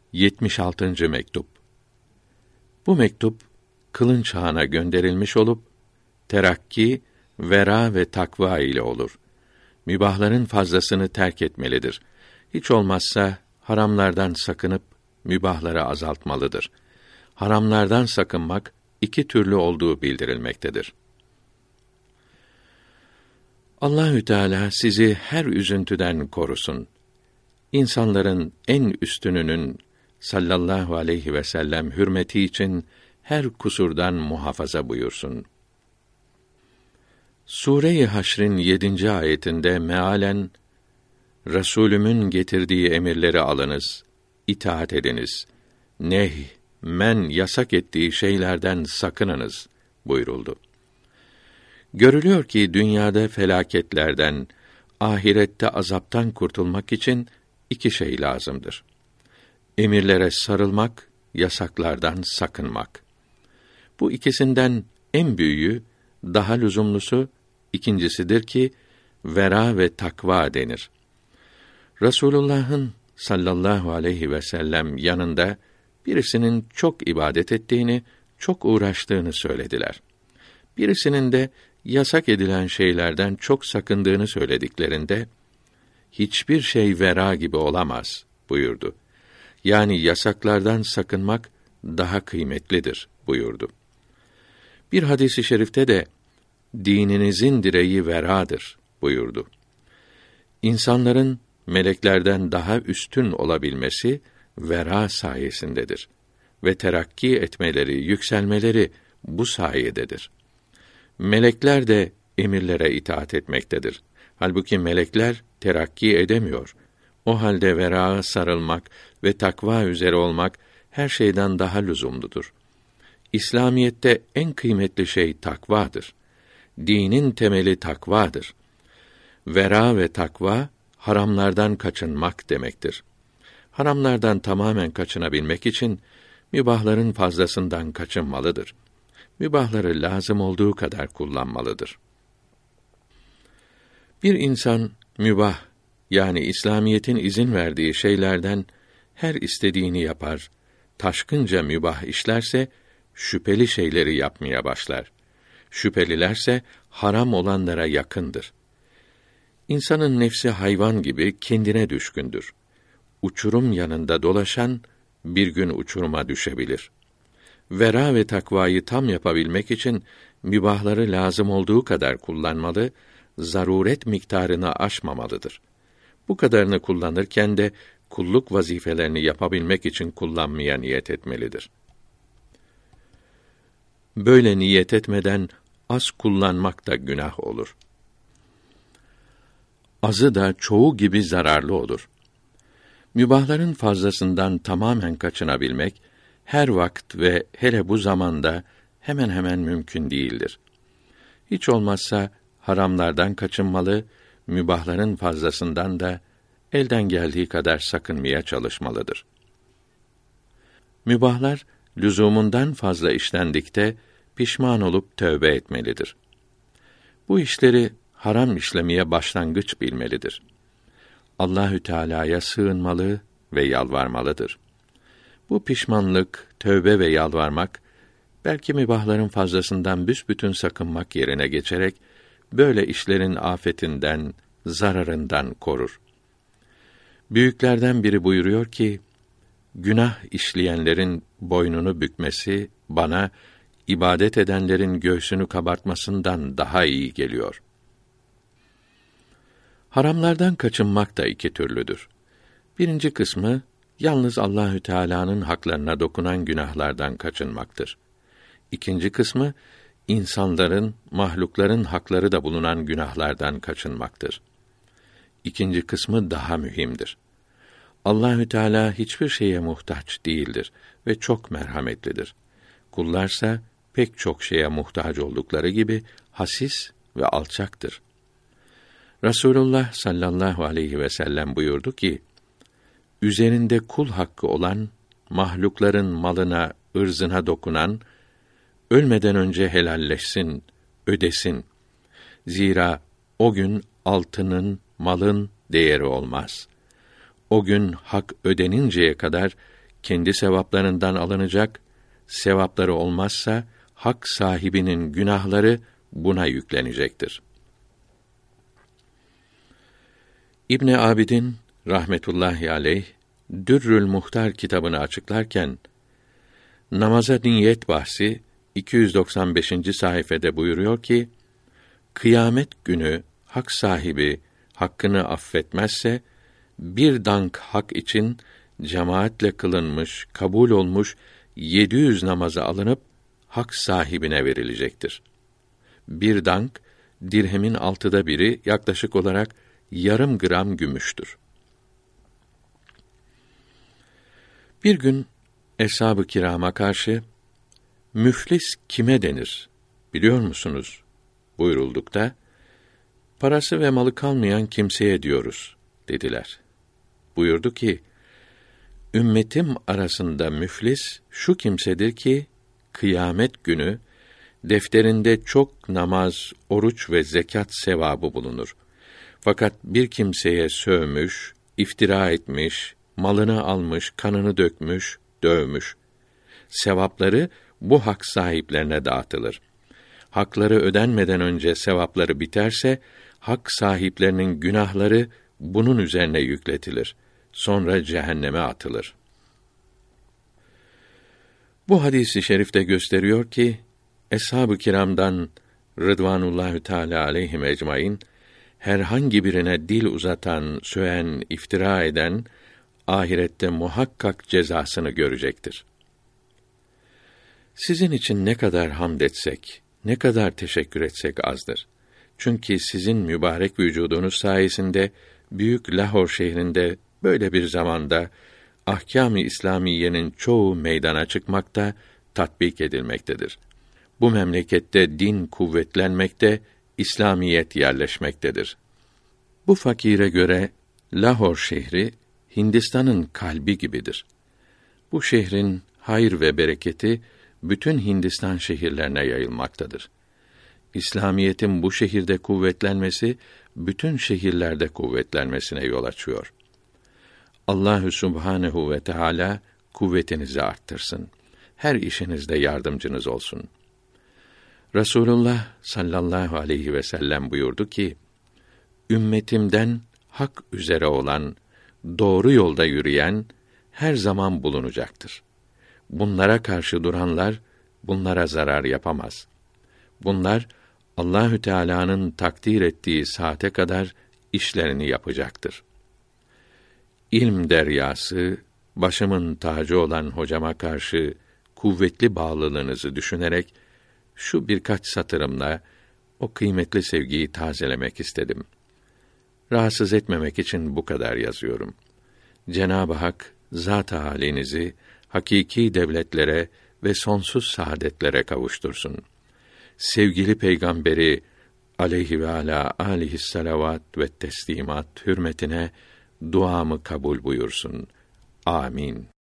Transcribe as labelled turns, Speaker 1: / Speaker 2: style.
Speaker 1: 76. mektup. Bu mektup Kılınç Han'a gönderilmiş olup terakki, vera ve takva ile olur. Mübahların fazlasını terk etmelidir. Hiç olmazsa haramlardan sakınıp mübahları azaltmalıdır. Haramlardan sakınmak iki türlü olduğu bildirilmektedir. Allahü Teala sizi her üzüntüden korusun. İnsanların en üstününün sallallahu aleyhi ve sellem hürmeti için her kusurdan muhafaza buyursun. Sure-i Haşr'in 7. ayetinde mealen Resulümün getirdiği emirleri alınız, itaat ediniz. Men yasak ettiği şeylerden sakınınız buyuruldu. Görülüyor ki dünyada felaketlerden, ahirette azaptan kurtulmak için iki şey lazımdır. Emirlere sarılmak, yasaklardan sakınmak. Bu ikisinden en büyüğü, daha lüzumlusu ikincisidir ki vera ve takva denir. Resulullah'ın sallallahu aleyhi ve sellem yanında birisinin çok ibadet ettiğini, çok uğraştığını söylediler. Birisinin de yasak edilen şeylerden çok sakındığını söylediklerinde hiçbir şey vera gibi olamaz buyurdu. Yani yasaklardan sakınmak daha kıymetlidir buyurdu. Bir hadis-i şerifte de dininizin direği veradır buyurdu. İnsanların meleklerden daha üstün olabilmesi vera sayesindedir ve terakki etmeleri, yükselmeleri bu sayededir. Melekler de emirlere itaat etmektedir. Halbuki melekler terakki edemiyor. O halde veraya sarılmak ve takva üzere olmak her şeyden daha lüzumludur. İslamiyette en kıymetli şey takvadır. Dinin temeli takvadır. Vera ve takva haramlardan kaçınmak demektir. Haramlardan tamamen kaçınabilmek için mübahların fazlasından kaçınmalıdır. Mübahları lazım olduğu kadar kullanmalıdır. Bir insan mübah, yani İslamiyetin izin verdiği şeylerden her istediğini yapar, taşkınca mübah işlerse şüpheli şeyleri yapmaya başlar. Şüphelilerse haram olanlara yakındır. İnsanın nefsi hayvan gibi kendine düşkündür. Uçurum yanında dolaşan bir gün uçuruma düşebilir. Vera ve takvayı tam yapabilmek için mübahları lazım olduğu kadar kullanmalı, zaruret miktarını aşmamalıdır. Bu kadarını kullanırken de kulluk vazifelerini yapabilmek için kullanmaya niyet etmelidir. Böyle niyet etmeden az kullanmak da günah olur. Azı da çoğu gibi zararlı olur. Mübahların fazlasından tamamen kaçınabilmek her vakt ve hele bu zamanda hemen hemen mümkün değildir. Hiç olmazsa haramlardan kaçınmalı, mübahların fazlasından da elden geldiği kadar sakınmaya çalışmalıdır. Mübahlar lüzumundan fazla işlendikte pişman olup tövbe etmelidir. Bu işleri haram işlemeye başlangıç bilmelidir. Allahü Teala'ya sığınmalı ve yalvarmalıdır. Bu pişmanlık, tövbe ve yalvarmak belki mübahların fazlasından büsbütün sakınmak yerine geçerek böyle işlerin afetinden, zararından korur. Büyüklerden biri buyuruyor ki, günah işleyenlerin boynunu bükmesi bana ibadet edenlerin göğsünü kabartmasından daha iyi geliyor. Haramlardan kaçınmak da iki türlüdür. Birinci kısmı yalnız Allahü Teala'nın haklarına dokunan günahlardan kaçınmaktır. İkinci kısmı insanların, mahlukların hakları da bulunan günahlardan kaçınmaktır. İkinci kısmı daha mühimdir. Allahü Teala hiçbir şeye muhtaç değildir ve çok merhametlidir. Kullarsa pek çok şeye muhtaç oldukları gibi hasis ve alçaktır. Resulullah sallallahu aleyhi ve sellem buyurdu ki, üzerinde kul hakkı olan, mahlukların malına, ırzına dokunan, ölmeden önce helalleşsin, ödesin. Zira o gün altının, malın değeri olmaz. O gün hak ödeninceye kadar kendi sevaplarından alınacak, sevapları olmazsa hak sahibinin günahları buna yüklenecektir. İbn Abidin rahmetullahi aleyh Dürrül Muhtar kitabını açıklarken namaza niyet bahsi 295. sayfada buyuruyor ki, kıyamet günü hak sahibi hakkını affetmezse bir dank hak için cemaatle kılınmış, kabul olmuş 700 namazı alınıp hak sahibine verilecektir. Bir dank dirhemin 1/6, yaklaşık olarak yarım gram gümüştür. Bir gün eshab-ı kirama karşı müflis kime denir biliyor musunuz buyuruldukta, parası ve malı kalmayan kimseye diyoruz dediler. Buyurdu ki, ümmetim arasında müflis şu kimsedir ki kıyamet günü defterinde çok namaz, oruç ve zekat sevabı bulunur. Fakat bir kimseye sövmüş, iftira etmiş, malını almış, kanını dökmüş, dövmüş. Sevapları bu hak sahiplerine dağıtılır. Hakları ödenmeden önce sevapları biterse, hak sahiplerinin günahları bunun üzerine yükletilir. Sonra cehenneme atılır. Bu hadis-i şerifte gösteriyor ki, eshab-ı kiramdan Rıdvanullahü Teâlâ aleyhim ecmaîn, herhangi birine dil uzatan, söven, iftira eden, ahirette muhakkak cezasını görecektir. Sizin için ne kadar hamd etsek, ne kadar teşekkür etsek azdır. Çünkü sizin mübarek vücudunuz sayesinde büyük Lahor şehrinde böyle bir zamanda ahkâm-ı İslamiye'nin çoğu meydana çıkmakta, tatbik edilmektedir. Bu memlekette din kuvvetlenmekte, İslamiyet yerleşmektedir. Bu fakire göre Lahor şehri Hindistan'ın kalbi gibidir. Bu şehrin hayır ve bereketi bütün Hindistan şehirlerine yayılmaktadır. İslamiyetin bu şehirde kuvvetlenmesi bütün şehirlerde kuvvetlenmesine yol açıyor. Allahü Subhanehu ve Teala kuvvetinizi arttırsın. Her işinizde yardımcınız olsun. Resulullah sallallahu aleyhi ve sellem buyurdu ki, ümmetimden hak üzere olan, doğru yolda yürüyen her zaman bulunacaktır. Bunlara karşı duranlar bunlara zarar yapamaz. Bunlar Allahü Teala'nın takdir ettiği saate kadar işlerini yapacaktır. İlm deryası, başımın tacı olan hocama karşı kuvvetli bağlılığınızı düşünerek şu birkaç satırımla o kıymetli sevgiyi tazelemek istedim. Rahatsız etmemek için bu kadar yazıyorum. Cenab-ı Hak zat-ı halinizi hakiki devletlere ve sonsuz saadetlere kavuştursun. Sevgili peygamberi aleyhi ve ala aleyhisselavat ve teslimat hürmetine duamı kabul buyursun. Amin.